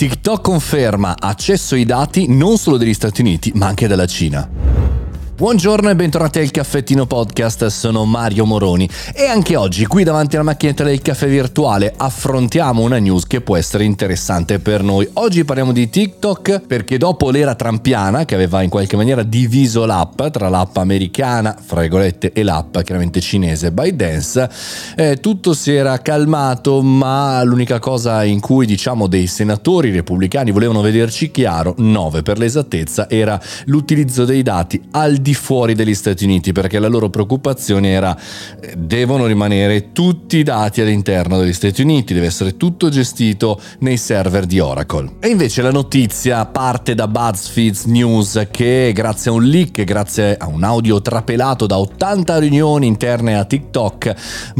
TikTok conferma accesso ai dati non solo degli Stati Uniti, ma anche dalla Cina. Buongiorno e bentornati al Caffettino Podcast, sono Mario Moroni e anche oggi qui davanti alla macchinetta del caffè virtuale affrontiamo una news che può essere interessante per noi. Oggi parliamo di TikTok perché dopo l'era trampiana che aveva in qualche maniera diviso l'app tra l'app americana, fra virgolette, e l'app chiaramente cinese ByteDance, tutto si era calmato, ma l'unica cosa in cui dei senatori repubblicani volevano vederci chiaro, 9 per l'esattezza, era l'utilizzo dei dati al di fuori degli Stati Uniti, perché la loro preoccupazione era devono rimanere tutti i dati all'interno degli Stati Uniti, deve essere tutto gestito nei server di Oracle. E invece la notizia parte da BuzzFeed News che grazie a un leak, grazie a un audio trapelato da 80 riunioni interne a TikTok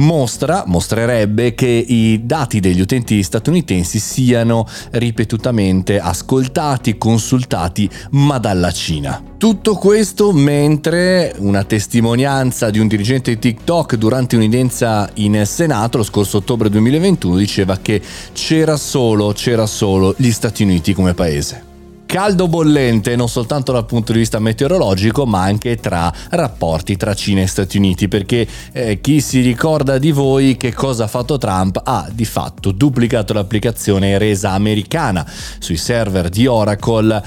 mostrerebbe che i dati degli utenti statunitensi siano ripetutamente ascoltati, consultati, ma dalla Cina. Tutto questo mentre una testimonianza di un dirigente di TikTok durante un'udienza in Senato lo scorso ottobre 2021 diceva che c'era solo gli Stati Uniti come paese. Caldo bollente non soltanto dal punto di vista meteorologico ma anche tra rapporti tra Cina e Stati Uniti, perché chi si ricorda di voi che cosa ha fatto Trump? Ha di fatto duplicato l'applicazione resa americana sui server di Oracle,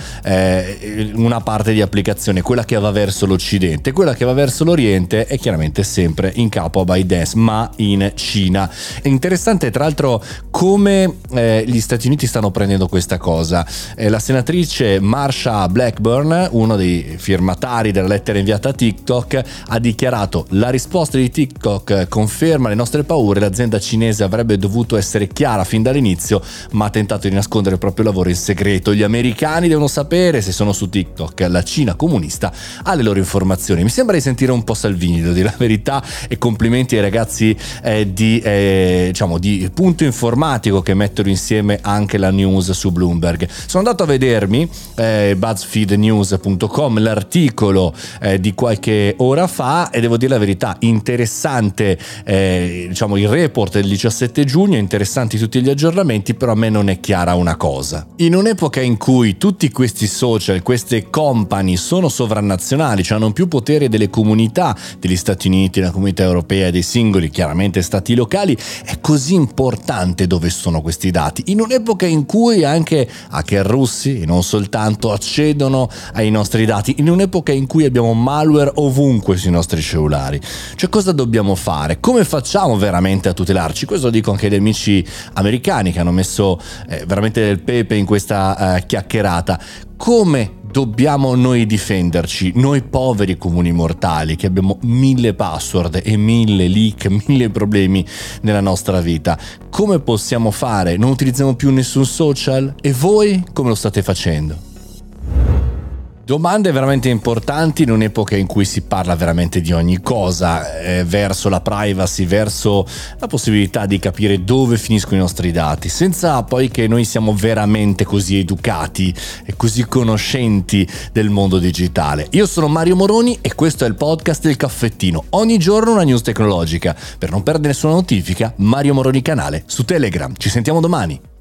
una parte di applicazione, quella che va verso l'Occidente, quella che va verso l'Oriente è chiaramente sempre in capo a ByteDance ma in Cina. È interessante tra l'altro come gli Stati Uniti stanno prendendo questa cosa. La senatrice Marsha Blackburn, uno dei firmatari della lettera inviata a TikTok, ha dichiarato: la risposta di TikTok conferma le nostre paure, l'azienda cinese avrebbe dovuto essere chiara fin dall'inizio ma ha tentato di nascondere il proprio lavoro in segreto. Gli americani devono sapere se sono su TikTok, la Cina comunista ha le loro informazioni. Mi sembra di sentire un po' Salvini, devo dire la verità, e complimenti ai ragazzi di Punto Informatico che mettono insieme anche la news su Bloomberg. Sono andato a vedermi BuzzFeedNews.com l'articolo di qualche ora fa e devo dire la verità, interessante il report del 17 giugno, interessanti tutti gli aggiornamenti, però a me non è chiara una cosa. In un'epoca in cui tutti questi social, queste company sono sovranazionali, cioè hanno più potere delle comunità degli Stati Uniti, della comunità europea e dei singoli chiaramente stati locali, è così importante dove sono questi dati. In un'epoca in cui anche hacker russi e non soltanto accedono ai nostri dati, in un'epoca in cui abbiamo malware ovunque sui nostri cellulari. Cioè cosa dobbiamo fare? Come facciamo veramente a tutelarci? Questo lo dico anche agli amici americani che hanno messo veramente del pepe in questa chiacchierata. Come dobbiamo noi difenderci, noi poveri comuni mortali che abbiamo 1000 password e 1000 leak, 1000 problemi nella nostra vita? Come possiamo fare? Non utilizziamo più nessun social? E voi come lo state facendo? Domande veramente importanti in un'epoca in cui si parla veramente di ogni cosa, verso la privacy, verso la possibilità di capire dove finiscono i nostri dati, senza poi che noi siamo veramente così educati e così conoscenti del mondo digitale. Io sono Mario Moroni e questo è il podcast del Caffettino. Ogni giorno una news tecnologica. Per non perdere nessuna notifica, Mario Moroni canale su Telegram. Ci sentiamo domani.